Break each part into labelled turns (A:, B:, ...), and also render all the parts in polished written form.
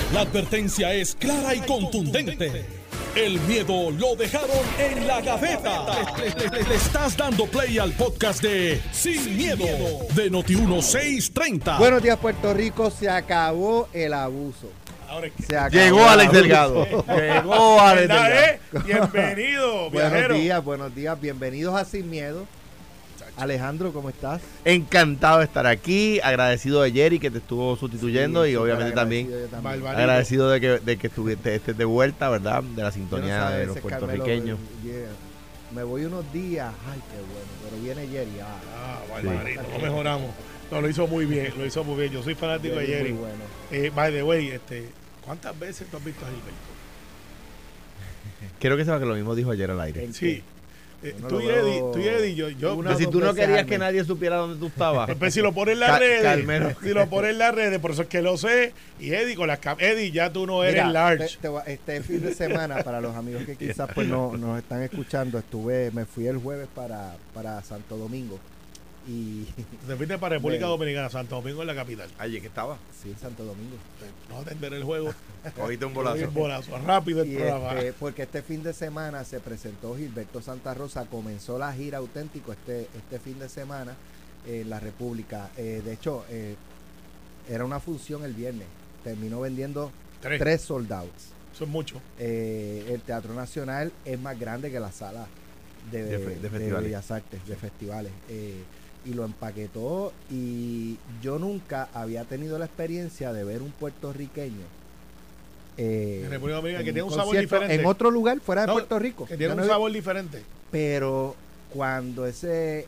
A: La advertencia es clara y contundente. El miedo lo dejaron en la gaveta. Le estás dando play al podcast de Sin Miedo de Noti1630.
B: Buenos días, Puerto Rico. Se acabó el abuso.
C: Llegó Alex Delgado. Llegó Alex Delgado.
D: Bienvenido, viajero.
B: Buenos días. Bienvenidos a Sin Miedo. Alejandro, ¿cómo estás?
C: Encantado de estar aquí, agradecido de Jerry que te estuvo sustituyendo y obviamente también agradecido de que estés de vuelta, ¿verdad? De la sintonía de los puertorriqueños.
B: Me voy unos días, ay, qué bueno, pero viene Jerry.
D: Barbarito, no mejoramos. No, lo hizo muy bien, Yo soy fanático de Jerry.
B: Muy bueno.
D: By the way, ¿cuántas veces tú has visto a Gilberto?
C: Quiero que sepa que lo mismo dijo ayer al aire.
D: Sí. Tú y Eddie, yo
C: pero si tú no querías que nadie supiera dónde tú estabas.
D: Pues si lo pones en las redes, por eso es que lo sé. Y Eddie, Eddie, ya tú no eres large.
B: Este fin de semana, para los amigos que quizás pues no nos están escuchando, me fui el jueves para Santo Domingo. Y
D: te fuiste para República Dominicana, Santo Domingo en la capital.
C: Allí que estaba.
B: Sí, en Santo Domingo.
D: No atender el juego.
C: Cogiste un bolazo.
D: Rápido el programa.
B: Porque este fin de semana se presentó Gilberto Santa Rosa, comenzó la gira Auténtico este fin de semana en la República. De hecho, era una función el viernes. Terminó vendiendo 3 sold outs.
D: Eso es mucho.
B: El Teatro Nacional es más grande que la sala de festivales. Bellas Artes, de festivales. Y lo empaquetó, y yo nunca había tenido la experiencia de ver un puertorriqueño
D: en República Dominicana que tiene un sabor diferente
B: en otro lugar fuera de Puerto Rico,
D: que tiene un sabor diferente.
B: Pero cuando ese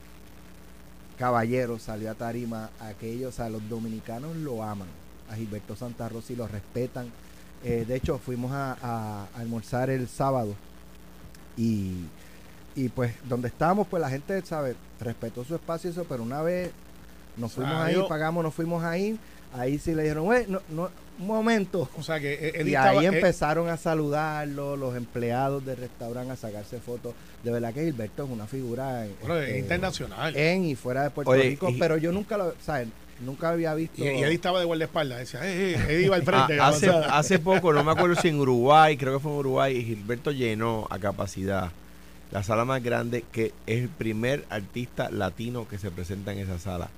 B: caballero salió a tarima, los dominicanos lo aman a Gilberto Santa Rosa y lo respetan. De hecho, fuimos a almorzar el sábado y pues donde estábamos, pues la gente, ¿sabe?, respetó su espacio y eso, pero una vez nos fuimos nos fuimos ahí sí le dijeron, un momento.
D: O sea que
B: empezaron a saludarlo, los empleados del restaurante, a sacarse fotos. De verdad que Gilberto es una figura
D: internacional.
B: En y fuera de Puerto Rico, pero yo nunca nunca había visto.
D: Y Eddie estaba de guardaespaldas, decía, Eddie iba al frente.
C: hace poco, no me acuerdo si en Uruguay, creo que fue en Uruguay, y Gilberto llenó a capacidad la sala más grande, que es el primer artista latino que se presenta en esa sala.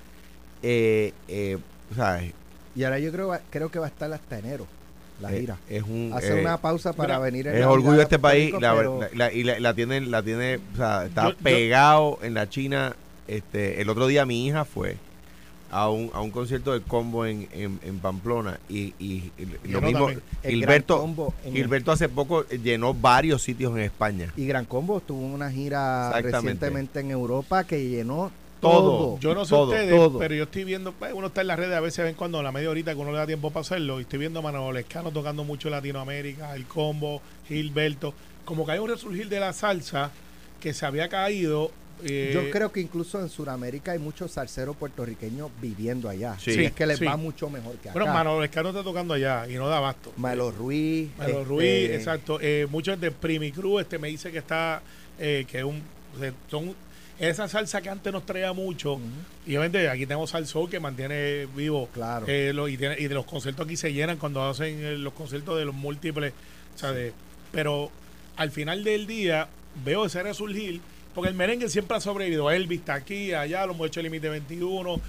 C: ¿Sabes?
B: Y ahora yo creo que va a estar hasta enero la gira. Hace una pausa para venir.
C: Es orgullo de este país, y la tiene, o sea, está pegado en la China. El otro día mi hija fue a un concierto del Combo en Pamplona y lo mismo Gilberto hace poco llenó varios sitios en España.
B: Y Gran Combo tuvo una gira recientemente en Europa que llenó
C: todo.
D: Yo no sé ustedes, pero yo estoy viendo, uno está en las redes a veces, ven cuando a la media horita que uno le da tiempo para hacerlo, y estoy viendo a Manolo Lescano tocando mucho en Latinoamérica, el Combo, Gilberto, como que hay un resurgir de la salsa que se había caído.
B: Yo creo que incluso en Sudamérica hay muchos salseros puertorriqueños viviendo allá.
C: Sí,
B: y es que les va mucho mejor que acá.
D: Bueno, Manolo Lescano está tocando allá y no da abasto.
B: Malo Ruiz,
D: exacto. Muchos de Primi Cruz me dice que está, son esa salsa que antes nos traía mucho. Y obviamente aquí tenemos Salsón que mantiene vivo.
B: Claro.
D: Y de los conciertos aquí se llenan cuando hacen los conciertos de los múltiples. O sea, pero al final del día veo ese resurgir. Porque el merengue siempre ha sobrevivido. Elvis está aquí, allá, los muchachos Límite 21,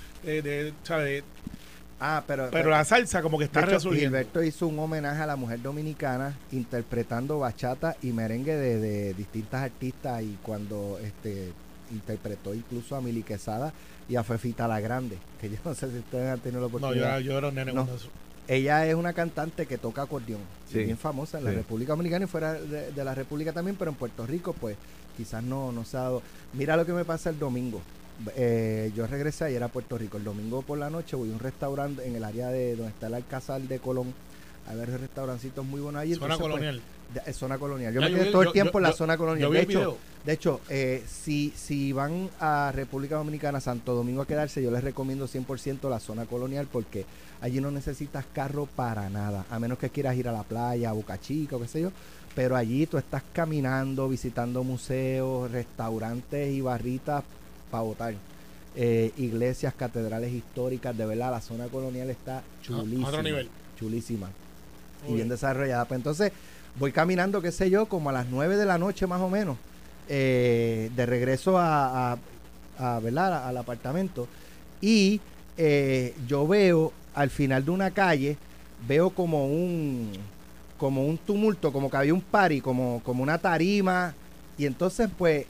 D: pero la salsa como que está resurgiendo.
B: Gilberto hizo un homenaje a la mujer dominicana interpretando bachata y merengue de distintas artistas, y cuando interpretó incluso a Mili Quesada y a Fefita la Grande, que yo no sé si ustedes han tenido la oportunidad.
D: No, yo era un nene cuando eso.
B: Ella es una cantante que toca acordeón, bien famosa en la República Dominicana y fuera de la República también, pero en Puerto Rico pues quizás no se ha dado. Mira lo que me pasa el domingo. Yo regresé ayer a Puerto Rico. El domingo por la noche voy a un restaurante en el área de donde está el Alcázar de Colón, a ver restaurancitos muy buenos allí.
D: Zona colonial.
B: Zona colonial. Yo me quedé todo el tiempo en la zona colonial. De hecho, si van a República Dominicana, Santo Domingo a quedarse, yo les recomiendo 100% la zona colonial, porque allí no necesitas carro para nada, a menos que quieras ir a la playa, a Boca Chica o qué sé yo. Pero allí tú estás caminando, visitando museos, restaurantes y barritas para botar. Iglesias, catedrales históricas, de verdad, la zona colonial está chulísima.
D: Otro nivel.
B: Chulísima. y bien desarrollada. Pues entonces voy caminando, qué sé yo, como a las 9 de la noche más o menos, de regreso ¿verdad? Al apartamento, y yo veo al final de una calle, veo como un tumulto, como que había un party, como una tarima, y entonces pues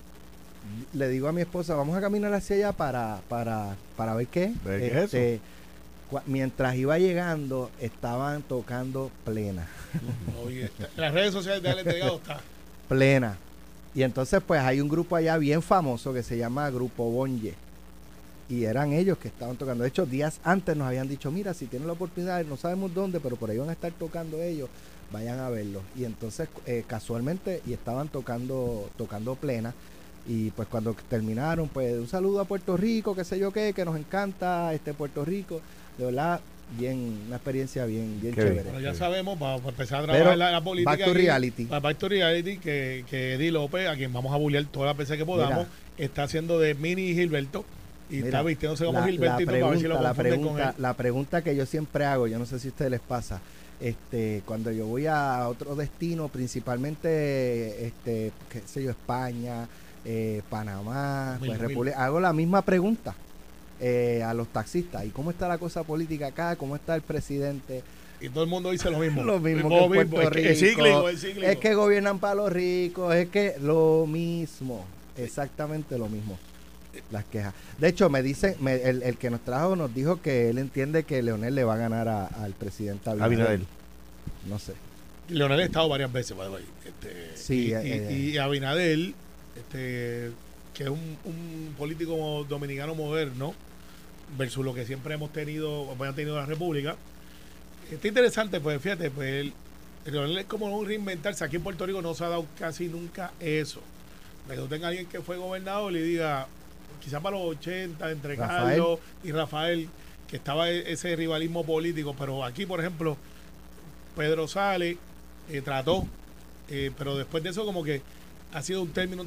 B: le digo a mi esposa, vamos a caminar hacia allá para ver qué.
C: ¿Qué es eso?
B: Mientras iba llegando, estaban tocando Plena.
D: Oye, en las redes sociales de Alex Delgado está.
B: Plena. Y entonces pues hay un grupo allá bien famoso que se llama Grupo Bonje. Y eran ellos que estaban tocando. De hecho, días antes nos habían dicho, mira, si tienen la oportunidad, no sabemos dónde, pero por ahí van a estar tocando ellos, vayan a verlos. Y entonces, casualmente, y estaban tocando Plena. Y pues cuando terminaron, pues un saludo a Puerto Rico, qué sé yo qué, que nos encanta Puerto Rico. De verdad, una experiencia bien chévere.
D: Bueno, ya sabemos, para empezar a trabajar la política.
B: Back to reality.
D: Back to reality, que Eddie López, a quien vamos a bullear todas las veces que podamos, está haciendo de mini Gilberto y está vistiéndose como Gilbertito para ver si lo confunden con él.
B: La pregunta que yo siempre hago, yo no sé si a ustedes les pasa, cuando yo voy a otro destino, principalmente, qué sé yo, España, Panamá, pues República, hago la misma pregunta a los taxistas. ¿Y cómo está la cosa política acá? ¿Cómo está el presidente?
D: Y todo el mundo dice lo mismo.
B: Lo mismo que en Puerto Rico.
D: Es cíclico.
B: Es que gobiernan para los ricos, es que lo mismo, exactamente lo mismo. Las quejas. De hecho, me dicen, el que nos trajo nos dijo que él entiende que Leonel le va a ganar al presidente Abinader. No sé.
D: Leonel ha estado varias veces,
B: sí,
D: y Abinader, que es un político dominicano moderno, versus lo que siempre hemos tenido la República. Está interesante, pues fíjate, pues Leonel es como un reinventarse. Aquí en Puerto Rico no se ha dado casi nunca eso. De que tú tengas alguien que fue gobernador y diga, quizás para los 80, entre Carlos y Rafael, que estaba ese rivalismo político, pero aquí, por ejemplo, Pedro sale, trató, pero después de eso como que ha sido un término,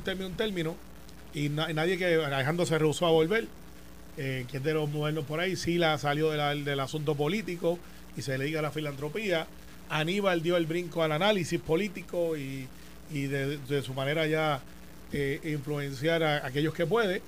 D: y nadie que Alejandro se rehusó a volver, que es de los modernos por ahí. Sila salió del asunto político y se dedica a la filantropía. Aníbal dio el brinco al análisis político y de su manera ya influenciar a aquellos que puede,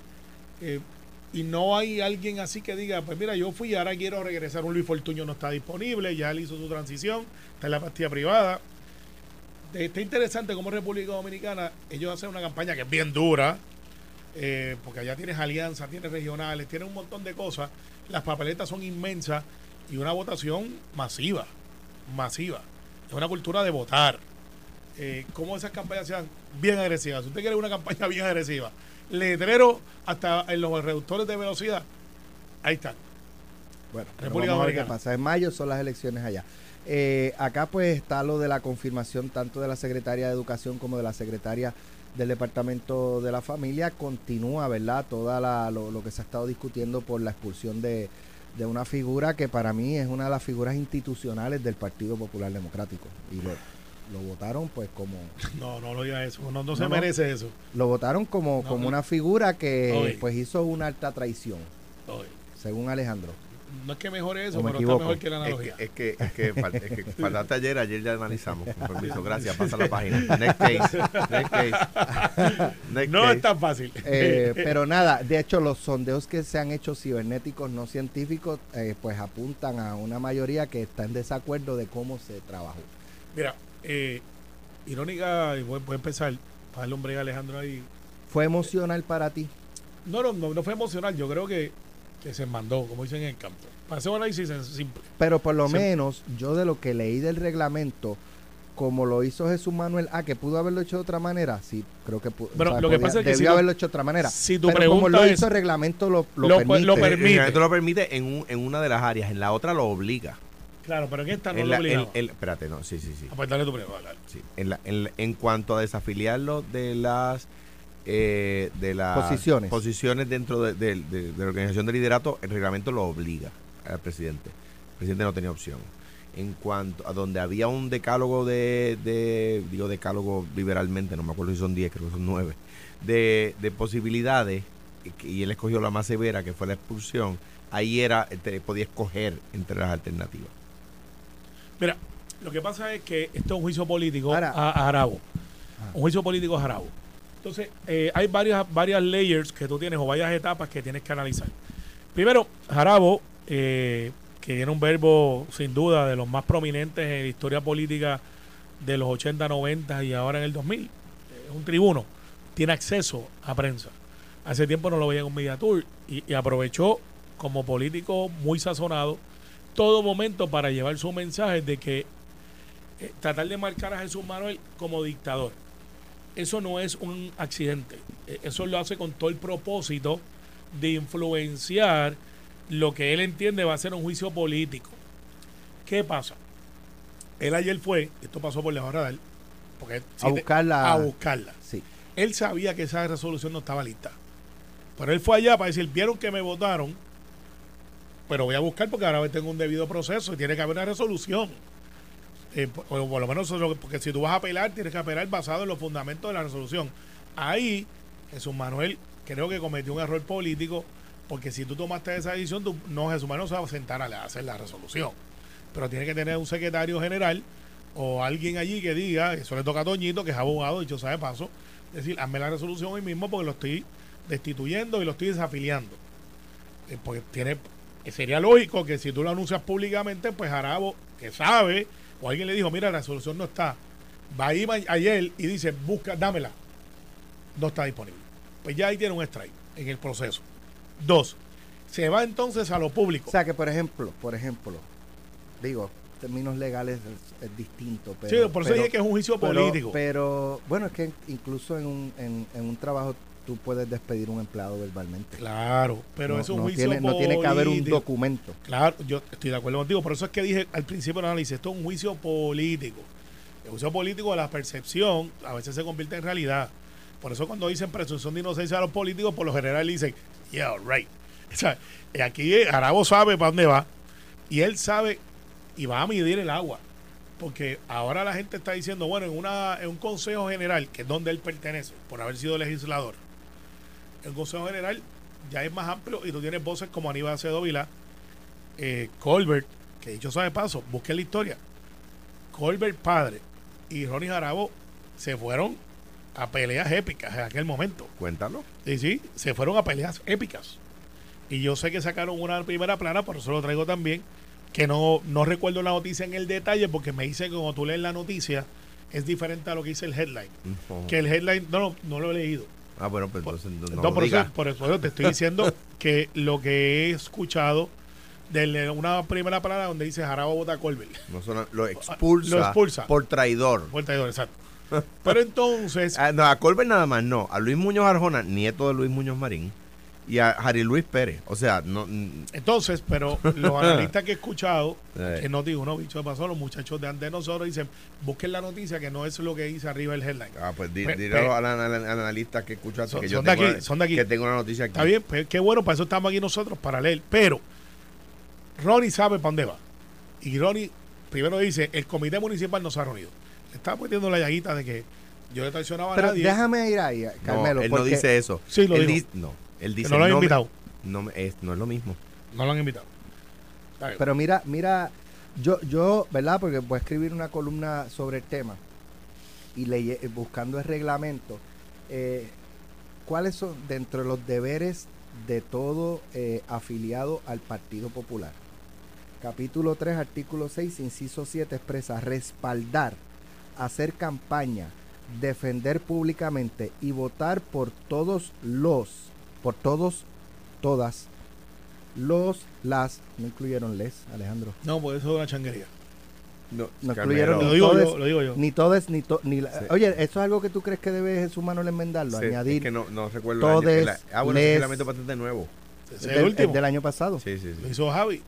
D: y no hay alguien así que diga, pues mira, yo fui y ahora quiero regresar. Un Luis Fortuño no está disponible, ya él hizo su transición, está en la pastilla privada. Está interesante cómo República Dominicana, ellos hacen una campaña que es bien dura, porque allá tienes alianzas, tienes regionales, tienes un montón de cosas, las papeletas son inmensas y una votación masiva, es una cultura de votar. Cómo esas campañas sean bien agresivas. Si usted quiere una campaña bien agresiva, letrero hasta en los reductores de velocidad, ahí están.
B: Bueno, República Dominicana. ¿Qué pasa? En mayo son las elecciones allá. Acá pues está lo de la confirmación tanto de la Secretaria de Educación como de la Secretaria del Departamento de la Familia. Continúa, ¿verdad? Toda lo que se ha estado discutiendo por la expulsión de una figura que para mí es una de las figuras institucionales del Partido Popular Democrático. Y lo votaron pues como... No
D: lo diga eso, no se merece eso.
B: Lo votaron como una figura que pues hizo una alta traición, según Alejandro.
D: No es que mejore eso, pero está mejor que la analogía.
C: Es que faltaste ayer ya analizamos. Con permiso, gracias, pasa la página. Next case.
D: No es tan fácil.
B: Pero nada, de hecho los sondeos que se han hecho cibernéticos no científicos pues apuntan a una mayoría que está en desacuerdo de cómo se trabajó.
D: Mira, irónica, y voy a empezar para darle un break a Alejandro ahí.
B: ¿Fue emocional para ti?
D: No fue emocional, yo creo que se mandó, como dicen en el campo. Para hacer un análisis simple.
B: Pero por lo menos, yo de lo que leí del reglamento, como lo hizo Jesús Manuel, que pudo haberlo hecho de otra manera, sí, creo que pudo.
D: Pero lo que pasa es que
B: debió haberlo hecho de otra manera.
D: Si tu
B: pero como lo hizo el reglamento lo permite.
C: El reglamento lo permite en una de las áreas, en la otra lo obliga.
D: Claro, pero en esta no lo obligaba.
C: Espérate, no, sí.
D: Pues dale tu prueba, dale.
C: Sí. En cuanto a desafiliarlo de las posiciones dentro de la organización de liderato, el reglamento lo obliga al presidente. El presidente no tenía opción. En cuanto a donde había un decálogo digo decálogo liberalmente, no me acuerdo si son 10, creo que son 9, de posibilidades, y él escogió la más severa, que fue la expulsión. Ahí podía escoger entre las alternativas.
D: Mira, Lo que pasa es que esto es un juicio político a Jarabo. Un juicio político a Jarabo. Entonces, hay varias layers que tú tienes o varias etapas que tienes que analizar. Primero, Jarabo, que tiene un verbo sin duda de los más prominentes en la historia política de los 80, 90 y ahora en el 2000. Es un tribuno. Tiene acceso a prensa. Hace tiempo no lo veía en un media tour y aprovechó como político muy sazonado todo momento para llevar su mensaje de que tratar de marcar a Jesús Manuel como dictador. Eso no es un accidente. Eso lo hace con todo el propósito de influenciar lo que él entiende va a ser un juicio político. ¿Qué pasa? Él ayer fue, esto pasó por debajo de radar, porque
B: a buscarla.
D: Sí. Él sabía que esa resolución no estaba lista. Pero él fue allá para decir, vieron que me votaron, pero voy a buscar porque ahora tengo un debido proceso y tiene que haber una resolución. O por lo menos, porque si tú vas a apelar, tienes que apelar basado en los fundamentos de la resolución. Ahí, Jesús Manuel creo que cometió un error político, porque si tú tomaste esa decisión, Jesús Manuel se va a sentar a hacer la resolución. Pero tiene que tener un secretario general o alguien allí que diga, eso le toca a Toñito, que es abogado, dicho sea de paso, decir, hazme la resolución hoy mismo porque lo estoy destituyendo y lo estoy desafiliando. Porque sería lógico que si tú lo anuncias públicamente, pues Jarabo, que sabe, o alguien le dijo, mira, la resolución no está, va a ir ayer y dice, busca, dámela. No está disponible. Pues ya ahí tiene un strike en el proceso. 2, se va entonces a lo público.
B: O sea que, por ejemplo, digo, términos legales es distinto. Pero,
D: sí, por eso dije que es un juicio político.
B: Pero, bueno, es que incluso en un trabajo tú puedes despedir a un empleado verbalmente.
D: Claro, pero es un juicio político.
B: No tiene que haber un documento.
D: Claro, yo estoy de acuerdo contigo. Por eso es que dije al principio del análisis, esto es un juicio político. El juicio político de la percepción a veces se convierte en realidad. Por eso cuando dicen presunción de inocencia a los políticos, por lo general dicen, yeah, right. O sea, aquí Jarabo sabe para dónde va y él sabe y va a medir el agua. Porque ahora la gente está diciendo, bueno, en un consejo general, que es donde él pertenece, por haber sido legislador, el consejo general ya es más amplio y tú tienes voces como Aníbal Acevedo Vilá, Colbert, que dicho sea de paso, busquen la historia. Colbert padre y Ronnie Jarabo se fueron a peleas épicas en aquel momento.
C: Cuéntalo.
D: Sí, se fueron a peleas épicas. Y yo sé que sacaron una primera plana, por eso lo traigo también, que no recuerdo la noticia en el detalle, porque me dice que cuando tú lees la noticia es diferente a lo que dice el headline. Que el headline, no lo he leído.
C: Ah, bueno, pues entonces
D: por eso te estoy diciendo que lo que he escuchado de una primera plana donde dice Jarabo vota a Colbert.
C: Lo expulsa por traidor.
D: Por traidor, exacto. Pero entonces...
C: no, a Colbert nada más no. A Luis Muñoz Arjona, nieto de Luis Muñoz Marín, y a Jari Luis Pérez. O sea, no...
D: Entonces, pero los analistas que he escuchado, que no digo, no, bicho, pasó, los muchachos de antes de nosotros dicen, busquen la noticia, que no es lo que dice arriba el headline.
C: Ah, pues dígalo al analista que escuchaste, que yo
D: son de aquí.
C: Que tengo una noticia aquí.
D: Está bien, pues qué bueno, para eso estamos aquí nosotros, para leer. Pero Ronnie sabe para dónde va. Y Ronnie primero dice, el comité municipal no se ha reunido. Está poniendo la llaguita de que yo le traicionaba a nadie.
B: Pero déjame ir ahí, Carmelo.
C: No, él no dice eso.
D: Sí, lo dijo.
C: Él dice
D: no lo han invitado.
C: No es lo mismo.
D: No lo han invitado.
B: Pero mira, yo, ¿verdad? Porque voy a escribir una columna sobre el tema y buscando el reglamento. ¿Cuáles son dentro de los deberes de todo afiliado al Partido Popular? Capítulo 3, artículo 6, inciso 7 expresa respaldar, hacer campaña, defender públicamente y votar por todas, no incluyeron les, Alejandro.
D: No, pues eso es una changuería.
B: No incluyeron
D: lo digo yo.
B: Ni todas, sí. Oye, ¿eso es algo que tú crees que debe Jesús Manuel enmendarlo?
C: Sí,
B: añadir.
C: Es que no recuerdo.
B: Todes,
C: bueno, es un reglamento bastante nuevo.
B: El del año pasado.
C: Sí.
D: Lo hizo Javi.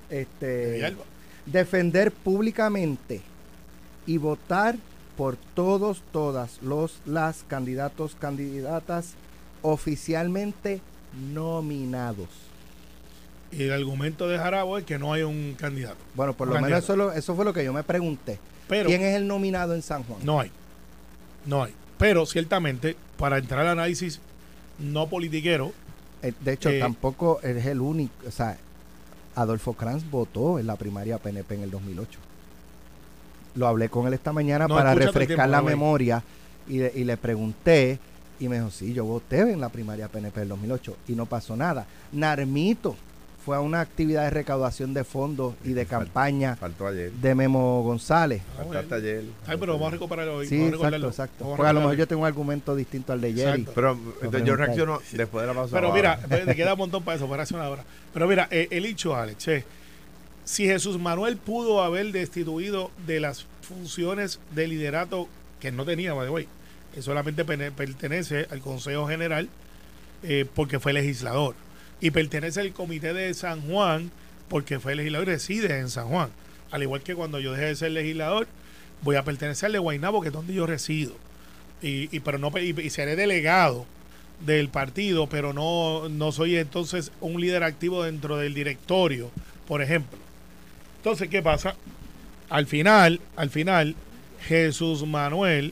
B: Defender públicamente y votar por todas las candidatas oficialmente nominados.
D: Y el argumento de Jarabo es que no hay un candidato.
B: Bueno, por lo menos eso fue lo que yo me pregunté.
D: Pero,
B: ¿quién es el nominado en San Juan?
D: No hay. Pero ciertamente, para entrar al análisis no politiquero.
B: De hecho, tampoco es el único. O sea, Adolfo Kranz votó en la primaria PNP en el 2008. lo hablé con él esta mañana para refrescar la memoria y le pregunté y me dijo, sí, yo voté en la primaria PNP del 2008 y no pasó nada. Narmito fue a una actividad de recaudación de fondos y de campaña de Memo González.
C: Faltaste ayer.
D: Ay, pero vamos a recuperarlo hoy.
B: Sí, exacto. Porque a lo mejor yo tengo un argumento distinto al de Jerry.
C: Pero entonces yo reacciono después de la pausa.
D: Pero mira, te queda un montón para eso, para hacer una hora. Pero mira, el hecho, Alex, si Jesús Manuel pudo haber destituido de las funciones de liderato que no tenía, by the way, que solamente pertenece al Consejo General porque fue legislador. Y pertenece al comité de San Juan porque fue legislador y reside en San Juan. Al igual que cuando yo dejé de ser legislador, voy a pertenecer al de Guaynabo, que es donde yo resido. Y seré delegado del partido, pero no soy entonces un líder activo dentro del directorio, por ejemplo. Entonces, ¿qué pasa? Al final, Jesús Manuel,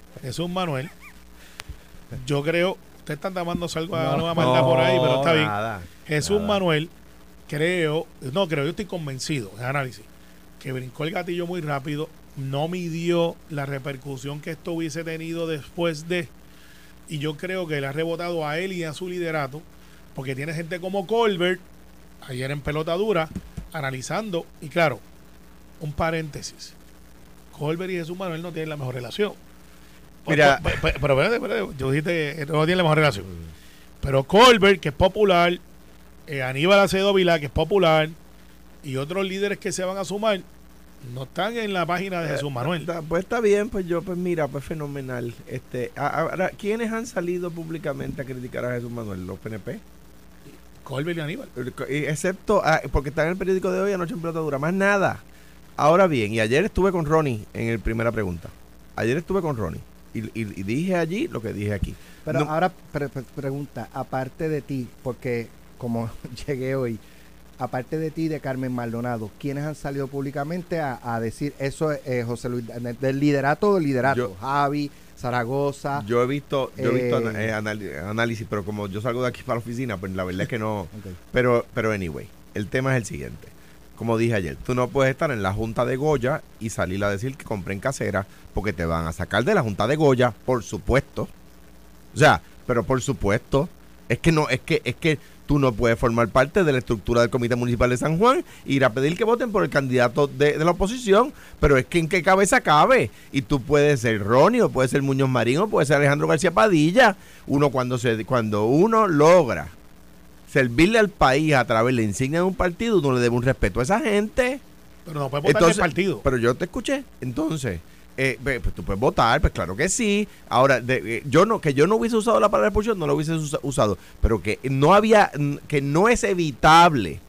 D: yo creo... Ustedes están tomándose algo a nueva maldad por ahí, pero está bien. Jesús Manuel, yo estoy convencido, en análisis, que brincó el gatillo muy rápido, no midió la repercusión que esto hubiese tenido después de, y yo creo que le ha rebotado a él y a su liderato, porque tiene gente como Colbert, ayer en Pelota Dura, analizando, y claro, un paréntesis, Colbert y Jesús Manuel no tienen la mejor relación.
C: Mira,
D: pero espérate, yo dijiste que no tiene la mejor relación. Pero Colbert, que es popular, Aníbal Acevedo Vilá, que es popular, y otros líderes que se van a sumar, no están en la página de Jesús Manuel.
C: Pues está bien, pues mira, pues fenomenal. Ahora, ¿quiénes han salido públicamente a criticar a Jesús Manuel? ¿Los PNP?
D: Colbert y Aníbal.
C: Excepto, porque está en el periódico de hoy, anoche en Pelota Dura, más nada. Ahora bien, y ayer estuve con Ronnie en el primera pregunta. Y dije allí lo que dije aquí.
B: Pero ahora pregunta, aparte de ti, porque como llegué hoy, aparte de ti y de Carmen Maldonado, ¿quiénes han salido públicamente a decir eso, José Luis, del liderato? Javi, Zaragoza.
C: Yo he visto análisis, pero como yo salgo de aquí para la oficina, pues la verdad es que no. Okay. Pero anyway, el tema es el siguiente. Como dije ayer, tú no puedes estar en la Junta de Goya y salir a decir que compren casera porque te van a sacar de la Junta de Goya, por supuesto. O sea, pero por supuesto, es que tú no puedes formar parte de la estructura del Comité Municipal de San Juan e ir a pedir que voten por el candidato de la oposición, pero es que en qué cabeza cabe. Y tú puedes ser Ronnie, o puedes ser Muñoz Marín, o puedes ser Alejandro García Padilla. Cuando uno logra servirle al país a través de la insignia de un partido, uno le debe un respeto a esa gente.
D: Pero no puedes votar del partido.
C: Pero yo te escuché. Entonces, pues tú puedes votar, pues claro que sí. Ahora, yo no hubiese usado la palabra expulsión, no lo hubiese usado. Pero que no es evitable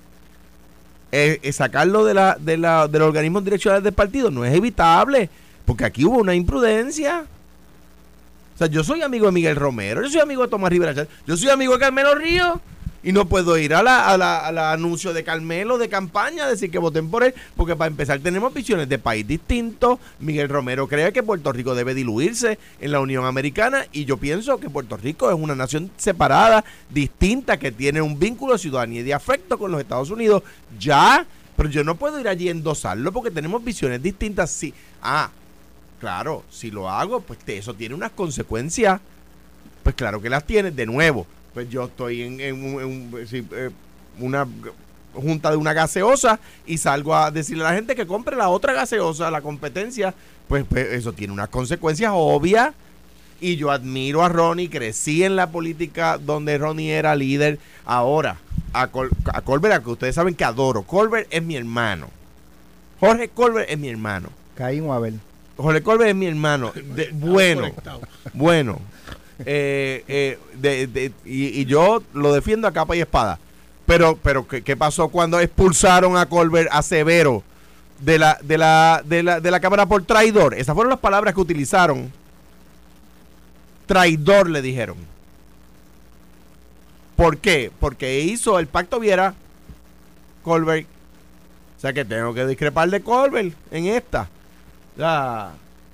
C: sacarlo de los organismos direccionales del partido, no es evitable. Porque aquí hubo una imprudencia. O sea, yo soy amigo de Miguel Romero, yo soy amigo de Tomás Rivera, yo soy amigo de Carmelo Ríos. Y no puedo ir a la anuncio de Carmelo de campaña, decir que voten por él, porque para empezar tenemos visiones de país distintos. Miguel Romero cree que Puerto Rico debe diluirse en la Unión Americana y yo pienso que Puerto Rico es una nación separada, distinta, que tiene un vínculo de ciudadanía y de afecto con los Estados Unidos. Ya, pero yo no puedo ir allí a endosarlo porque tenemos visiones distintas. Sí. Claro, si lo hago, pues eso tiene unas consecuencias. Pues claro que las tiene, de nuevo. Pues yo estoy en una junta de una gaseosa y salgo a decirle a la gente que compre la otra gaseosa, la competencia, pues eso tiene unas consecuencias obvias. Y yo admiro a Ronnie, crecí en la política donde Ronnie era líder. Ahora, a Colbert, que ustedes saben que adoro. Colbert es mi hermano. Jorge Colbert es mi hermano.
B: Caín o Abel.
C: Jorge Colbert es mi hermano. Bueno. Y yo lo defiendo a capa y espada. Pero ¿qué pasó cuando expulsaron a Colbert, a Severo de la Cámara por traidor? Esas fueron las palabras que utilizaron. Traidor, le dijeron. ¿Por qué? Porque hizo el pacto Viera Colbert. O sea que tengo que discrepar de Colbert en esta.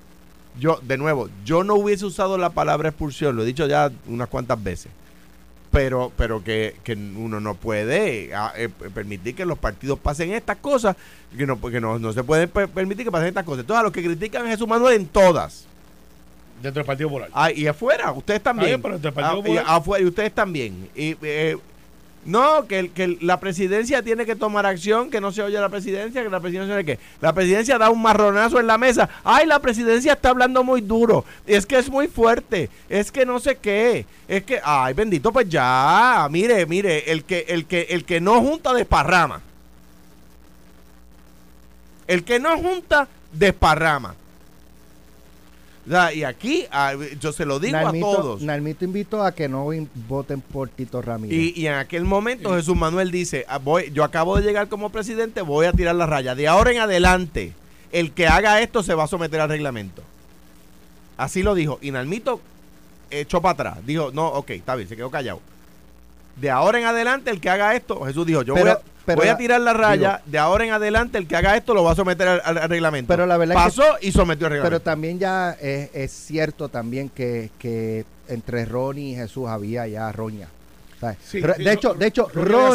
C: Yo no hubiese usado la palabra expulsión, lo he dicho ya unas cuantas veces. pero que uno no puede permitir que los partidos pasen estas cosas, porque no se puede permitir que pasen estas cosas. Entonces, a los que critican a Jesús Manuel en todas.
D: Dentro del Partido Popular.
C: Y afuera, ustedes también.
D: Pero dentro del Partido Popular.
C: Afuera, y ustedes también. No, que la presidencia tiene que tomar acción, que no se oye la presidencia, que la presidencia no sé qué. La presidencia da un marronazo en la mesa. Ay, la presidencia está hablando muy duro. Es que es muy fuerte. Es que no sé qué. Es que, ay, bendito, pues ya. Mire, el que no junta desparrama. El que no junta desparrama. Y aquí yo se lo digo a todos.
B: Nalmito invitó a que no voten por Tito Ramírez.
C: Y en aquel momento Jesús Manuel dice, yo acabo de llegar como presidente, voy a tirar la raya. De ahora en adelante, el que haga esto se va a someter al reglamento. Así lo dijo. Y Nalmito echó para atrás. Dijo, no, ok, está bien, se quedó callado. De ahora en adelante, el que haga esto, Jesús dijo, voy a tirar la raya, de ahora en adelante el que haga esto lo va a someter al reglamento.
B: Pero la verdad
C: pasó y sometió al reglamento.
B: Pero también ya es cierto también que entre Ronnie y Jesús había ya roña.
D: Sí,
B: de hecho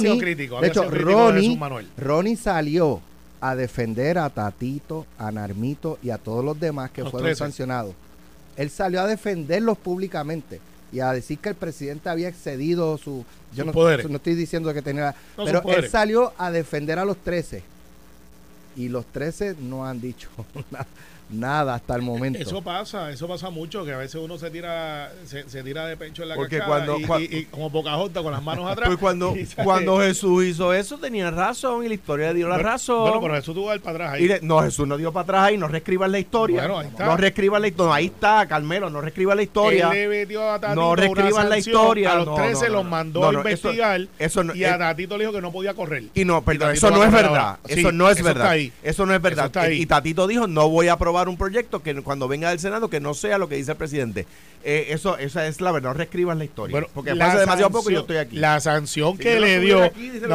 B: Ronnie salió a defender a Tatito, a Narmito y a todos los demás que fueron sancionados. Él salió a defenderlos públicamente y a decir que el presidente había excedido sus poderes. No estoy diciendo que tenía... pero él salió a defender a los 13. Y los 13 no han dicho nada hasta el momento.
D: Eso pasa mucho, que a veces uno se tira de pecho en la
C: porque
D: cachada y como Pocahontas con las manos atrás.
C: Pues cuando Jesús hizo eso tenía razón y la historia le dio la razón.
D: Bueno, pero Jesús tuvo que dar para atrás ahí.
C: No, Jesús no dio para atrás ahí, no reescriban la historia.
D: Bueno, ahí está.
C: No reescriban la historia. Ahí está, Carmelo, no reescriban la historia.
D: Él le metió a Tatito
C: no reescriban la historia.
D: A los 13 los mandó a investigar y a Tatito le dijo que no podía correr.
C: Y no, perdón, eso no es verdad. Eso no es verdad. Eso no es verdad. Y Tatito dijo, no voy a aprobar un proyecto que cuando venga del Senado que no sea lo que dice el presidente. Esa es la verdad, no reescribas la historia.
D: Bueno,
C: porque pasa demasiado poco y yo estoy aquí.
D: La sanción que le dio...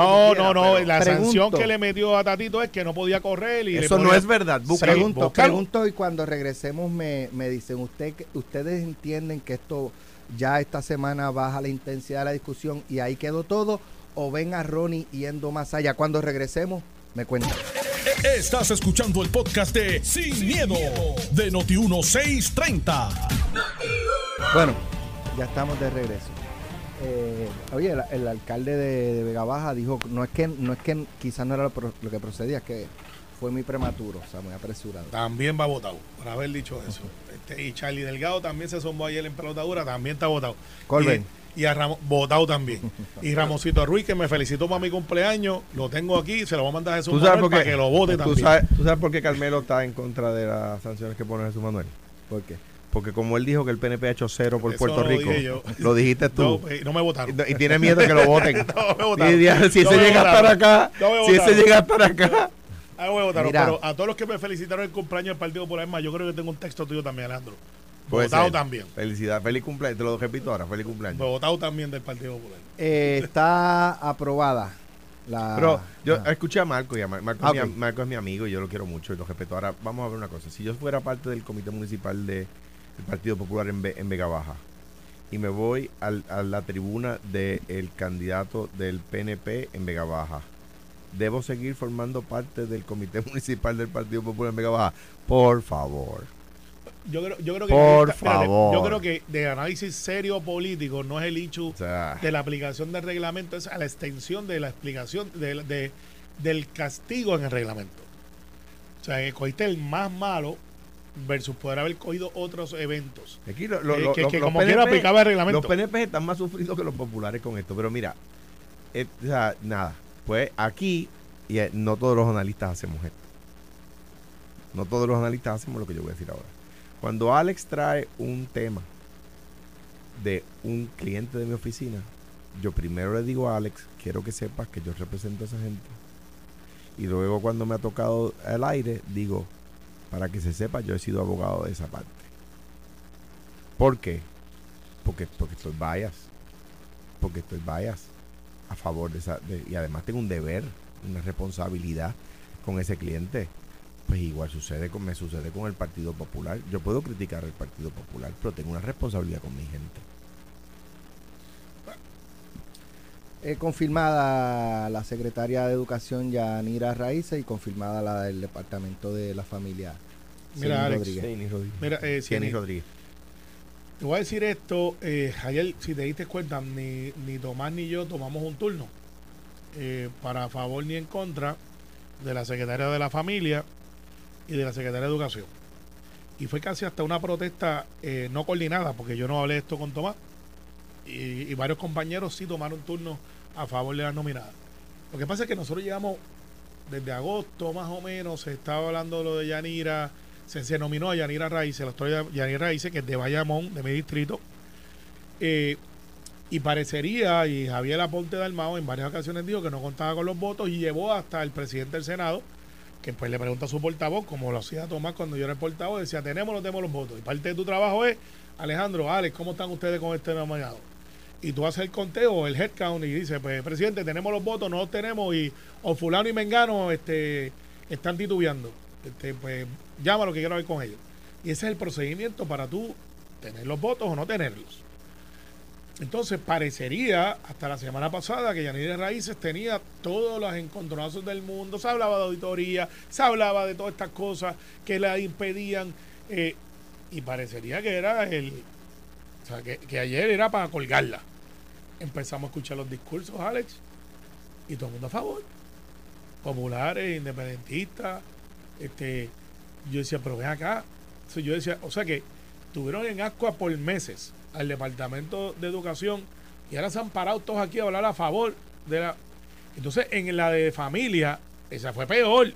D: la sanción que le metió a Tatito es que no podía correr. Y
C: eso no es verdad.
B: Pregunto y cuando regresemos me dicen, ustedes entienden que esto ya esta semana baja la intensidad de la discusión y ahí quedó todo, o ven a Ronnie yendo más allá. Cuando regresemos, me cuentan.
A: Estás escuchando el podcast de Sin Miedo de Noti1630.
B: Bueno, ya estamos de regreso. Oye, el alcalde de Vega Baja dijo, no es que quizás no era lo que procedía, es que fue muy prematuro, o sea, muy apresurado.
D: También va votado, por haber dicho eso. Y Charlie Delgado también se zumbó ayer en pelotadura, también está votado.
B: Colben.
D: Y a Ramos, votado también. Y Ramosito Ruiz, que me felicitó para mi cumpleaños, lo tengo aquí, se lo voy a mandar a Jesús Manuel para que lo vote también.
C: ¿Tú sabes por qué Carmelo está en contra de las sanciones que pone Jesús Manuel?
B: ¿Por qué?
C: Porque como él dijo que el PNP ha hecho cero por Puerto Rico, lo dijiste tú.
D: No me votaron.
C: Y tiene miedo de que lo voten.
D: No me votaron.
C: Si ese llega a estar acá,
D: Ahí voy a votar. Pero a todos los que me felicitaron el cumpleaños del Partido Popular, más, yo creo que tengo un texto tuyo también, Alejandro. Votado también.
C: Felicidad, feliz cumpleaños. Te lo repito ahora, feliz cumpleaños.
D: Votado también del Partido Popular.
B: Está aprobada.
C: Pero yo escuché a Marco y Marco es mi amigo y yo lo quiero mucho y lo respeto. Ahora vamos a ver una cosa. Si yo fuera parte del comité municipal del Partido Popular en Vega Baja y me voy a la tribuna del candidato del PNP en Vega Baja, ¿debo seguir formando parte del comité municipal del Partido Popular en Vega Baja? Por favor.
D: Yo creo que
C: por favor.
D: Yo creo que de análisis serio político no es el hecho de la aplicación del reglamento, es a la extensión de la explicación del castigo en el reglamento. O sea, que cogiste el más malo versus poder haber cogido otros eventos.
C: Aquí
D: que como quiera aplicaba el reglamento.
C: Los PNP están más sufridos que los populares con esto, pero mira, nada, pues aquí no todos los analistas hacemos esto. No todos los analistas hacemos lo que yo voy a decir ahora. Cuando Alex trae un tema de un cliente de mi oficina, yo primero le digo a Alex, quiero que sepas que yo represento a esa gente. Y luego cuando me ha tocado el aire, digo, para que se sepa, yo he sido abogado de esa parte. ¿Por qué? Porque estoy bias. Porque estoy bias a favor de esa... y además tengo un deber, una responsabilidad con ese cliente. Pues igual me sucede con el Partido Popular. Yo puedo criticar el Partido Popular, pero tengo una responsabilidad con mi gente.
B: Confirmada la secretaria de Educación Yanira Raíces y confirmada la del Departamento de la Familia.
D: Mira, Alex,
C: Cieny Rodríguez.
D: Te voy a decir esto, ayer, si te diste cuenta, ni Tomás ni yo tomamos un turno para a favor ni en contra de la secretaria de la Familia y de la secretaria de Educación. Y fue casi hasta una protesta no coordinada, porque yo no hablé de esto con Tomás, y varios compañeros sí tomaron turno a favor de las nominadas. Lo que pasa es que nosotros llevamos desde agosto más o menos, se estaba hablando de lo de Yanira, se nominó a Yanira Raíces, la historia de Yanira Raíces, que es de Bayamón, de mi distrito, y parecería, y Javier Aponte Dalmao en varias ocasiones dijo que no contaba con los votos y llevó hasta el presidente del Senado, que pues le pregunta a su portavoz, como lo hacía Tomás cuando yo era el portavoz, decía, tenemos o no tenemos los votos. Y parte de tu trabajo es, Alejandro, Alex, ¿cómo están ustedes con este nominado? Y tú haces el conteo, el head count, y dices, pues, presidente, tenemos los votos, no los tenemos, o fulano y mengano están titubeando. Pues llámalo que quiero ver con ellos. Y ese es el procedimiento para tú tener los votos o no tenerlos. Entonces parecería hasta la semana pasada que Yanira Raíces tenía todos los encontronazos del mundo, se hablaba de auditoría, se hablaba de todas estas cosas que la impedían, y parecería que era o sea, que ayer era para colgarla. Empezamos a escuchar los discursos, Alex, y todo el mundo a favor, populares, independentistas. Yo decía, pero ven acá. Entonces yo decía, o sea que estuvieron en ascua por meses al Departamento de Educación y ahora se han parado todos aquí a hablar a favor de la... Entonces en la de Familia, esa fue peor,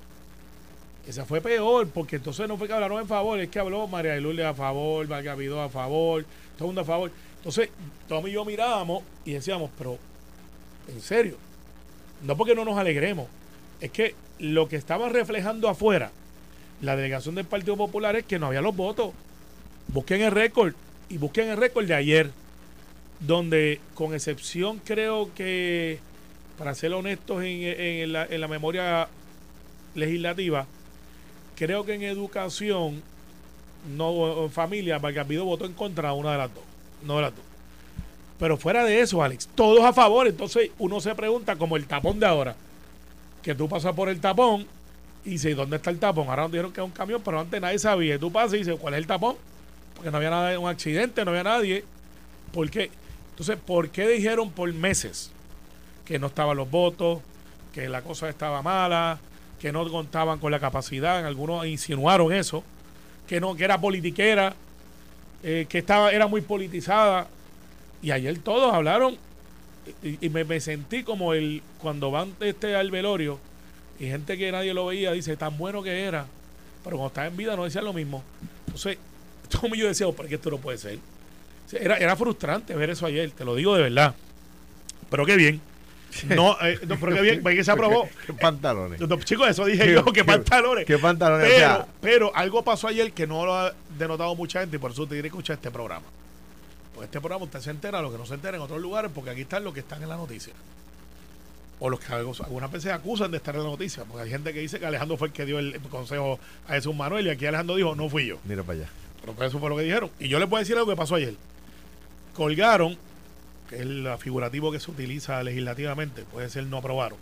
D: porque entonces no fue que hablaron en favor, es que habló María de Lourdes a favor, Vargas Vidó a favor, todo el mundo a favor. Entonces Tom y yo mirábamos y decíamos, pero en serio, no porque no nos alegremos, es que lo que estaba reflejando afuera la delegación del Partido Popular es que no había los votos. Busquen el récord y busquen el récord de ayer, donde con excepción creo que, para ser honestos en la memoria legislativa, creo que en educación, no en familia, Vargas Vidó votó en contra de una de las dos, no de las dos. Pero fuera de eso, Alex, todos a favor. Entonces uno se pregunta, como el tapón de ahora, que tú pasas por el tapón y dices, ¿dónde está el tapón? Ahora nos dijeron que es un camión, pero antes nadie sabía. Y tú pasas y dices, ¿cuál es el tapón? Porque no había nada, un accidente, no había nadie. ¿Por qué? Entonces, ¿por qué dijeron por meses que no estaban los votos, que la cosa estaba mala, que no contaban con la capacidad? Algunos insinuaron eso, que era politiquera, que era muy politizada. Y ayer todos hablaron y me sentí como cuando van al velorio y gente que nadie lo veía dice tan bueno que era, pero cuando estaba en vida no decían lo mismo. Entonces como yo decía, ¿por qué esto no puede ser? Era frustrante ver eso ayer, te lo digo de verdad. Pero qué bien. No, pero qué bien, que se aprobó.
C: ¿Qué pantalones?
D: Chicos, eso dije yo, ¿qué pantalones?
C: ¿Qué pantalones?
D: Pero algo pasó ayer que no lo ha denotado mucha gente y por eso te diré escuchar este programa. Pues este programa usted se entera de lo que no se entera en otros lugares, porque aquí están los que están en la noticia. O los que algunas veces acusan de estar en la noticia, porque hay gente que dice que Alejandro fue el que dio el consejo a Jesús Manuel y aquí Alejandro dijo, no fui yo.
C: Mira para allá.
D: Pero eso fue lo que dijeron. Y yo les voy a decir algo que pasó ayer. Colgaron, que es el figurativo que se utiliza legislativamente, puede ser no aprobaron,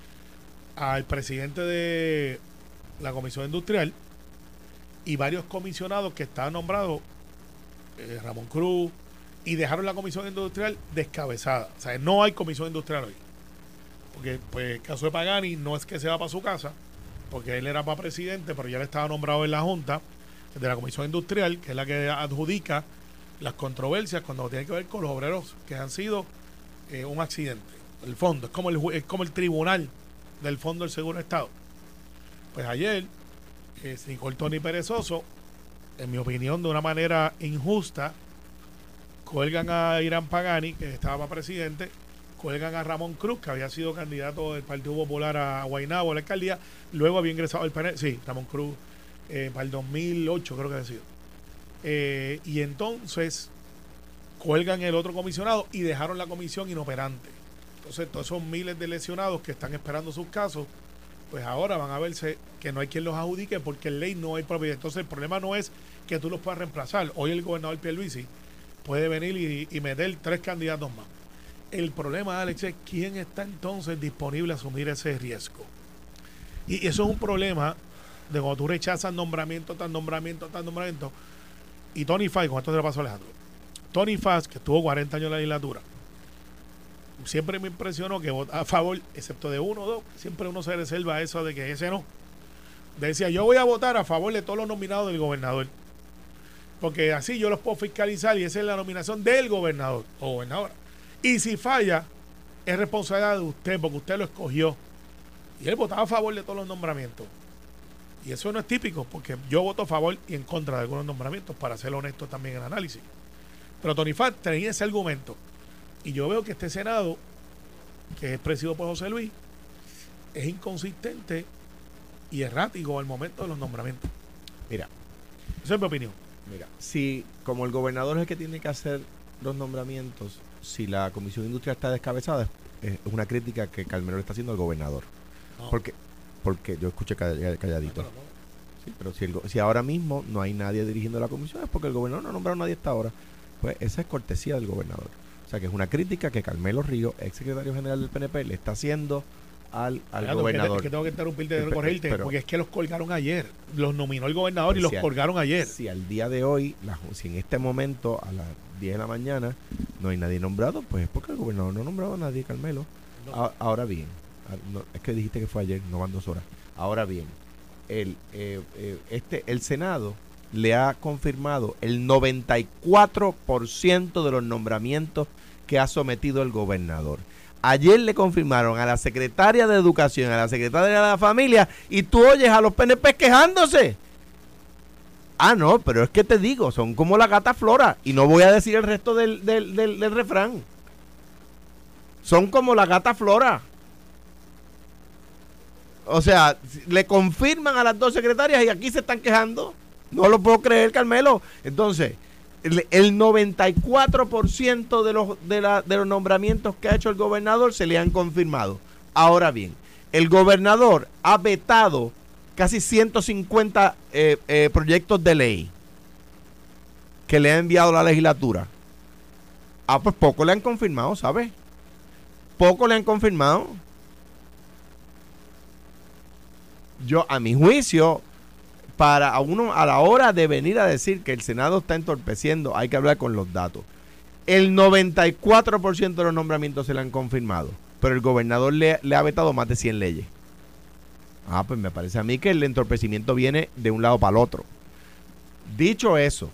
D: al presidente de la Comisión Industrial y varios comisionados que estaban nombrados, Ramón Cruz, y dejaron la Comisión Industrial descabezada. O sea, no hay Comisión Industrial hoy. Porque, pues, el caso de Pagani no es que se va para su casa, porque él era para presidente, pero ya le estaba nombrado en la Junta de la Comisión Industrial, que es la que adjudica las controversias cuando tiene que ver con los obreros que han sido un accidente. El fondo, es como el tribunal del Fondo del Seguro de Estado. Pues ayer, sin corto ni perezoso, en mi opinión, de una manera injusta, cuelgan a Irán Pagani, que estaba para presidente, cuelgan a Ramón Cruz, que había sido candidato del Partido Popular a Guaynabo, a la alcaldía, luego había ingresado al PNL, sí, Ramón Cruz, para el 2008 creo que había sido. Y entonces cuelgan el otro comisionado y dejaron la comisión inoperante. Entonces todos esos miles de lesionados que están esperando sus casos, pues ahora van a verse que no hay quien los adjudique porque en ley no hay propiedad. Entonces el problema no es que tú los puedas reemplazar. Hoy el gobernador Pierluisi puede venir y meter 3 candidatos más. El problema, Alex, es quién está entonces disponible a asumir ese riesgo. Y eso es un problema de cuando tú rechazas nombramiento tras nombramiento. Y Tony Faz, con esto se lo pasó a Alejandro. Tony Faz, que estuvo 40 años en la legislatura, siempre me impresionó que vota a favor, excepto de uno o dos, siempre uno se reserva eso de que ese no. Decía, yo voy a votar a favor de todos los nominados del gobernador, porque así yo los puedo fiscalizar y esa es la nominación del gobernador o gobernadora. Y si falla, es responsabilidad de usted, porque usted lo escogió. Y él votaba a favor de todos los nombramientos. Y eso no es típico, porque yo voto a favor y en contra de algunos nombramientos, para ser honesto también en el análisis. Pero Tony Faz tenía ese argumento. Y yo veo que este Senado, que es presidido por José Luis, es inconsistente y errático al momento de los nombramientos.
C: Mira,
D: esa es mi opinión.
C: Mira, si como el gobernador es el que tiene que hacer los nombramientos, si la Comisión Industrial está descabezada, es una crítica que Carmelo le está haciendo al gobernador. No. Porque yo escuché calladito. Sí, pero si ahora mismo no hay nadie dirigiendo la comisión, es porque el gobernador no ha nombrado a nadie hasta ahora. Pues esa es cortesía del gobernador. O sea, que es una crítica que Carmelo Ríos, ex secretario general del PNP, le está haciendo al gobernador.
D: Es que tengo que interrumpirte de corregirte, porque es que los colgaron ayer. Los nominó el gobernador y los colgaron ayer.
C: Si al día de hoy, si en este momento, a las 10 de la mañana, no hay nadie nombrado, pues es porque el gobernador no ha nombrado a nadie, Carmelo. No. Ahora bien, es que dijiste que fue ayer, no van 2 horas. Ahora bien, el Senado le ha confirmado el 94% de los nombramientos que ha sometido el gobernador. Ayer le confirmaron a la secretaria de Educación, a la secretaria de la Familia, y tú oyes a los PNP quejándose. Ah, no, pero es que te digo, son como la gata Flora, y no voy a decir el resto del refrán. Son como la gata Flora. O sea, le confirman a las 2 secretarias y aquí se están quejando. No lo puedo creer, Carmelo. Entonces, el 94% de los nombramientos que ha hecho el gobernador se le han confirmado. Ahora bien, el gobernador ha vetado casi 150 proyectos de ley que le ha enviado la legislatura. Ah, pues poco le han confirmado, ¿sabes? Poco le han confirmado. Yo, a mi juicio, a la hora de venir a decir que el Senado está entorpeciendo, hay que hablar con los datos. El 94% de los nombramientos se le han confirmado, pero el gobernador le ha vetado más de 100 leyes. Ah, pues me parece a mí que el entorpecimiento viene de un lado para el otro. Dicho eso,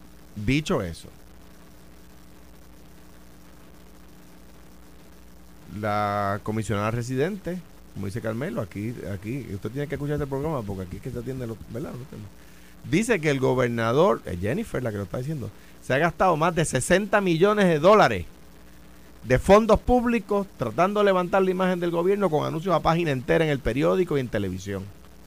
C: la comisionada residente, como dice Carmelo, aquí usted tiene que escuchar este programa porque aquí es que se atiende ¿verdad? Dice que el gobernador, Jennifer la que lo está diciendo, se ha gastado más de $60 millones de fondos públicos tratando de levantar la imagen del gobierno con anuncios a página entera en el periódico y en televisión.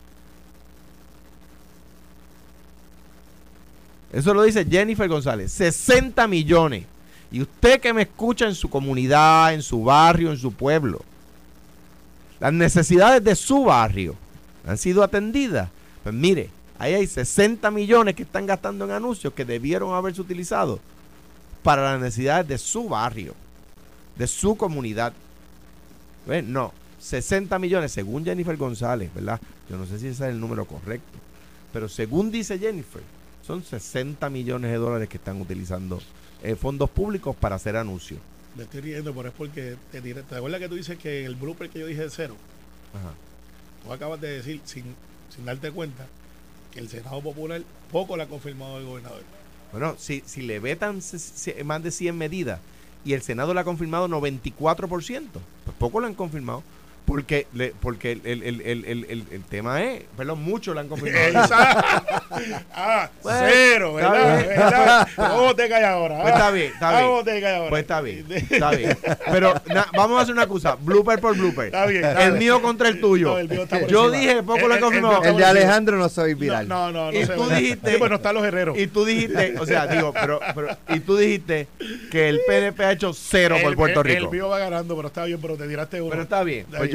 C: Eso lo dice Jennifer González, 60 millones. Y usted que me escucha en su comunidad, en su barrio, en su pueblo, las necesidades de su barrio han sido atendidas. Pues mire, ahí hay 60 millones que están gastando en anuncios que debieron haberse utilizado para las necesidades de su barrio, de su comunidad. No, 60 millones según Jennifer González, ¿verdad? Yo no sé si ese es el número correcto, pero según dice Jennifer, son 60 millones de dólares que están utilizando fondos públicos para hacer anuncios.
D: Me estoy riendo, pero es porque ¿te acuerdas que tú dices que el blooper que yo dije de 0?
C: Ajá.
D: Tú acabas de decir, sin darte cuenta, que el Senado Popular poco le ha confirmado al gobernador.
C: Bueno, si le vetan más de 100 medidas y el Senado le ha confirmado 94%, pues poco le han confirmado. Porque el tema es, perdón, muchos le han confirmado.
D: Pues, 0, ¿verdad? ¿Cómo te callas ahora?
C: Pues está bien.
D: ¿Cómo te callas ahora?
C: Pues está bien. Pero vamos a hacer una cosa, blooper por blooper.
D: Está bien.
C: El mío contra el tuyo.
D: No, el mío está por
C: yo
D: encima.
C: dije, poco le han confirmado.
B: El de Alejandro no soy viral.
D: No.
C: Y tú dijiste,
D: sí, pues no están los herreros.
C: Y tú dijiste, o sea, digo, y tú dijiste que el PNP ha hecho 0 por Puerto Rico.
D: El mío va ganando, pero está bien, pero te tiraste uno.
C: Pero está bien. Pues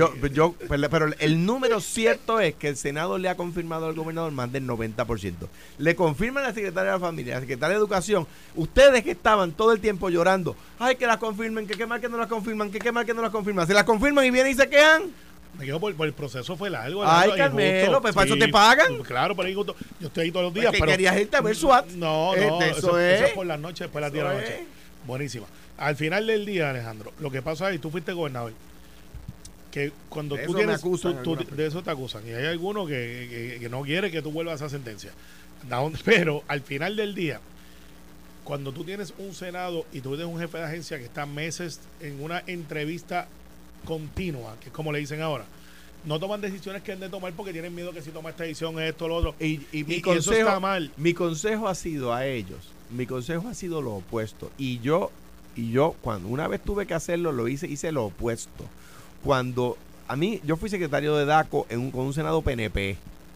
C: Pero el número cierto es que el Senado le ha confirmado al gobernador más del 90%. Le confirman a la secretaria de la familia, a la secretaria de Educación. Ustedes que estaban todo el tiempo llorando, ay, que las confirmen, que qué mal que no las confirman, que qué mal que no las confirman. Se las confirman y vienen y se quedan.
D: Me quedo por el proceso fue largo.
C: Ay, Carmelo, pues para eso te pagan.
D: Claro, pero yo estoy ahí todos los días.
C: Pero querías irte a ver SWAT.
D: No, eso es por las noches, después de las 10 de la noche. Buenísima. Al final del día, Alejandro, lo que pasa es, tú fuiste gobernador, que cuando tú tienes, de eso te acusan, y hay algunos que no quiere que tú vuelvas a esa sentencia. Pero al final del día, cuando tú tienes un Senado y tú tienes un jefe de agencia que está meses en una entrevista continua, que es como le dicen ahora, no toman decisiones que han de tomar porque tienen miedo que si toma esta decisión esto o lo otro,
C: y eso está mal. Mi consejo ha sido a ellos, lo opuesto, y yo cuando una vez tuve que hacerlo, hice lo opuesto. Cuando yo fui secretario de DACO con un Senado PNP,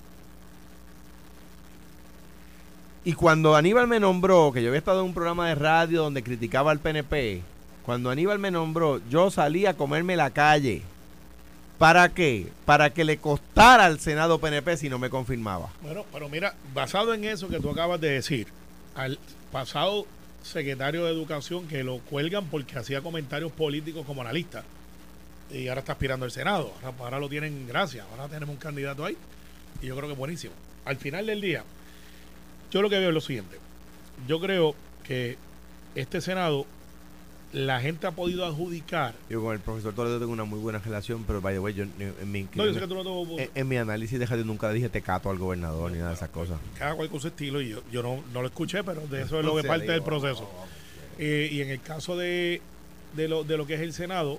C: y cuando Aníbal me nombró, que yo había estado en un programa de radio donde criticaba al PNP, cuando Aníbal me nombró, yo salí a comerme la calle. ¿Para qué? Para que le costara al Senado PNP si no me confirmaba.
D: Bueno, pero mira, basado en eso que tú acabas de decir, al pasado secretario de Educación que lo cuelgan porque hacía comentarios políticos como analista, y ahora está aspirando al Senado, ahora lo tienen, gracias, ahora tenemos un candidato ahí, y yo creo que es buenísimo. Al final del día, yo lo que veo es lo siguiente, yo creo que este Senado, la gente ha podido adjudicar.
C: Yo con el profesor Toledo tengo una muy buena relación, pero by the way, yo
D: sé que tú no tengo,
C: en mi análisis de radio nunca dije tecato al gobernador ni nada de esas cosas.
D: Cada cual con su estilo, y yo no lo escuché, pero de eso es lo que parte del proceso. Y en el caso de lo que es el Senado,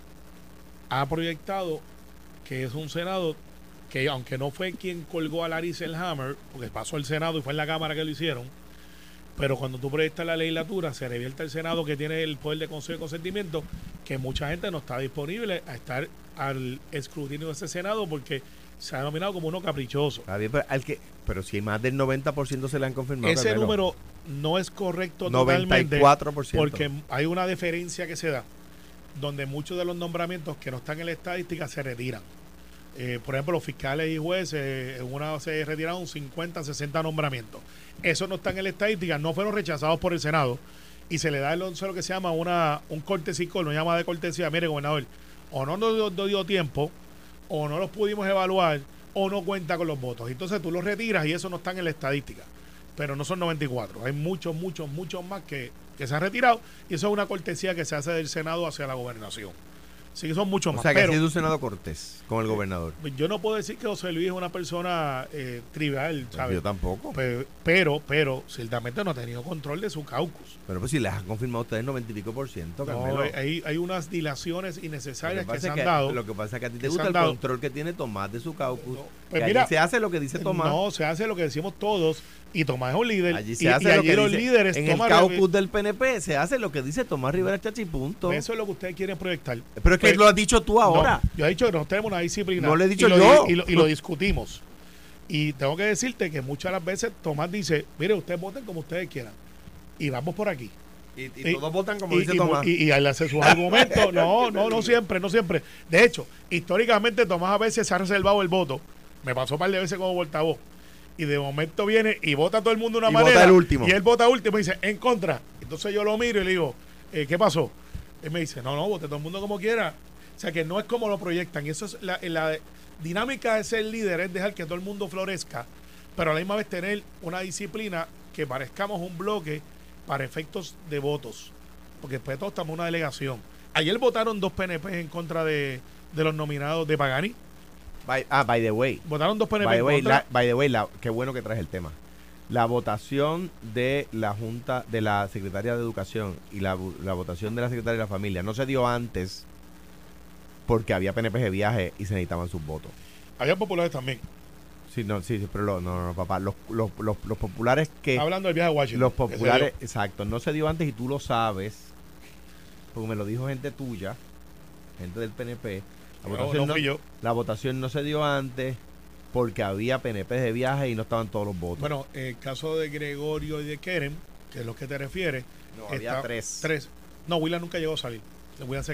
D: ha proyectado que es un Senado que, aunque no fue quien colgó a Larry Selhammer, porque pasó el Senado y fue en la Cámara que lo hicieron, pero cuando tú proyectas la legislatura, se revierte el Senado, que tiene el poder de consejo y consentimiento, que mucha gente no está disponible a estar al escrutinio de ese Senado porque se ha denominado como uno caprichoso.
C: Está bien, pero si más del 90% se le han confirmado.
D: Ese número no es correcto 94%. Totalmente, porque hay una diferencia que se da, donde muchos de los nombramientos que no están en la estadística se retiran. Por ejemplo, los fiscales y jueces, en una se retiraron 50, 60 nombramientos. Eso no está en la estadística, no fueron rechazados por el Senado y se le da lo que se llama un cortesía, una llamada de cortesía. Mire, gobernador, o no nos dio tiempo, o no los pudimos evaluar, o no cuenta con los votos. Entonces tú los retiras y eso no está en la estadística. Pero no son 94, hay muchos más que se han retirado, y eso es una cortesía que se hace del Senado hacia la gobernación. Sí, que son muchos más.
C: O sea, que ha sido un Senado cortés con el gobernador.
D: Yo no puedo decir que José Luis es una persona trivial, ¿sabes?
C: Yo tampoco.
D: Pero ciertamente no ha tenido control de su caucus.
C: Pero pues si les han confirmado ustedes 90 y pico %, Carmelo.
D: No, hay unas dilaciones innecesarias que se han dado.
C: Lo que pasa es que a ti te gusta el control que tiene Tomás de su caucus.
D: Pues
C: que
D: mira,
C: allí se hace lo que dice Tomás.
D: No, se hace lo que decimos todos. Y Tomás es un líder.
C: Allí se hace lo que los líderes. En el caucus del PNP se hace lo que dice Tomás Rivera Chachi, punto.
D: Eso es lo que ustedes quieren proyectar.
C: Pero es que lo has dicho tú ahora.
D: No, yo he dicho que no tenemos una disciplina.
C: No lo he dicho yo.
D: Y lo discutimos. Y tengo que decirte que muchas de las veces Tomás dice, mire, ustedes voten como ustedes quieran. Y vamos por aquí.
C: Y todos votan como dice Tomás.
D: Y él hace sus argumentos. No siempre. De hecho, históricamente Tomás a veces se ha reservado el voto. Me pasó un par de veces como portavoz. Y de momento viene y vota todo el mundo de una manera.
C: Vota el último.
D: Y él vota último y dice, en contra. Entonces yo lo miro y le digo, ¿qué pasó? Él me dice, no, vote todo el mundo como quiera. O sea que no es como lo proyectan. Y eso es la dinámica de ser líder, es dejar que todo el mundo florezca, pero a la misma vez tener una disciplina que parezcamos un bloque para efectos de votos. Porque después de todo estamos en una delegación. Ayer votaron 2 PNP en contra de los nominados de Pagani.
C: By the way.
D: Votaron 2 PNP en contra.
C: By the way, qué bueno que traes el tema. La votación de la Junta de la Secretaría de Educación y la votación de la Secretaría de la Familia no se dio antes porque había PNP de viaje y se necesitaban sus votos.
D: Había populares también.
C: Sí, pero no, papá. Los populares que...
D: Hablando del viaje a Washington.
C: Los populares, exacto. No se dio antes y tú lo sabes, porque me lo dijo gente tuya, gente del PNP. La votación no se dio antes porque había PNP de viaje y no estaban todos los votos.
D: Bueno, el caso de Gregorio y de Kerem, que es lo que te refieres.
C: No, había 3.
D: No, Willa nunca llegó a salir. Willa se quedó.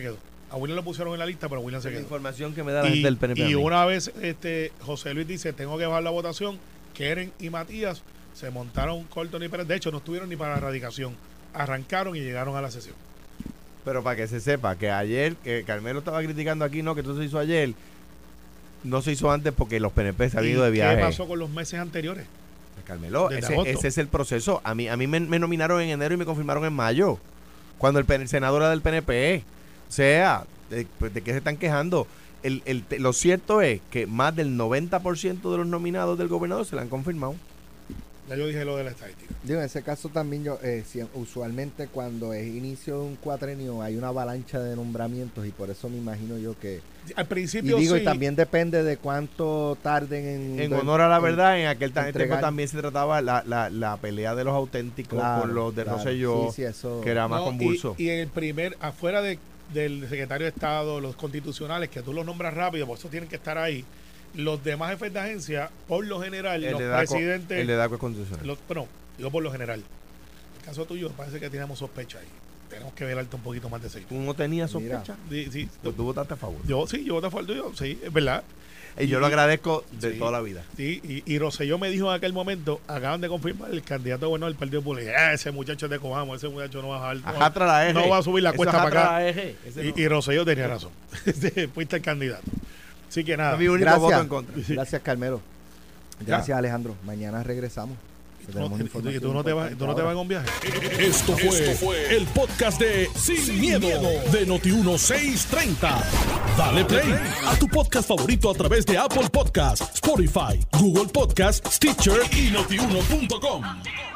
D: A William lo pusieron en la lista, pero William se quedó.
C: La información que me da la gente del PNP.
D: Y una vez José Luis dice, tengo que bajar la votación, Keren y Matías se montaron Colton y Pérez. De hecho, no estuvieron ni para la erradicación. Arrancaron y llegaron a la sesión.
C: Pero para que se sepa que ayer, que Carmelo estaba criticando aquí, no, que esto se hizo ayer, no se hizo antes porque los PNP se han ido de viaje.
D: ¿Qué pasó con los meses anteriores?
C: Carmelo, ese es el proceso. A mí me nominaron en enero y me confirmaron en mayo, cuando el senador era del PNP. O sea, ¿de qué se están quejando? Lo cierto es que más del 90% de los nominados del gobernador se le han confirmado.
D: Ya yo dije lo de la estadística.
B: Digo, en ese caso también usualmente cuando es inicio de un cuatrenio hay una avalancha de nombramientos y por eso me imagino yo que...
D: Al principio
B: y también depende de cuánto tarden
C: en honor a la verdad, en aquel tiempo también se trataba la pelea de los auténticos con los de Rosselló, que era más convulso.
D: Y en el primer, afuera del secretario de Estado, los constitucionales, que tú los nombras rápido, por eso tienen que estar ahí. Los demás jefes de agencia, por lo general, los presidentes...
C: El de DACO es constitucional.
D: Bueno, digo por lo general. En el caso tuyo, parece que teníamos sospecha ahí. Tenemos que velarte un poquito más de seguir.
C: ¿Tú no tenías sospecha?
D: Sí.
C: Pues tú votaste a favor.
D: Yo voté a favor tuyo, sí, es verdad.
C: Y yo lo agradezco de toda la vida.
D: Sí, y Rosselló me dijo en aquel momento, acaban de confirmar el candidato bueno del Partido Popular. Ese muchacho es de Cojamo, ese muchacho no va a bajar. No va a subir la cuesta para acá. Y Rosselló tenía razón. Fuiste el candidato. Así que nada.
C: Mi único voto en contra.
B: Gracias, Carmelo. Gracias, Alejandro. Mañana regresamos.
D: ¿Y tú no te vas en un viaje?
A: Esto fue el podcast de Sin Miedo de Noti1630. Dale play a tu podcast favorito a través de Apple Podcasts, Spotify, Google Podcasts, Stitcher y Notiuno.com.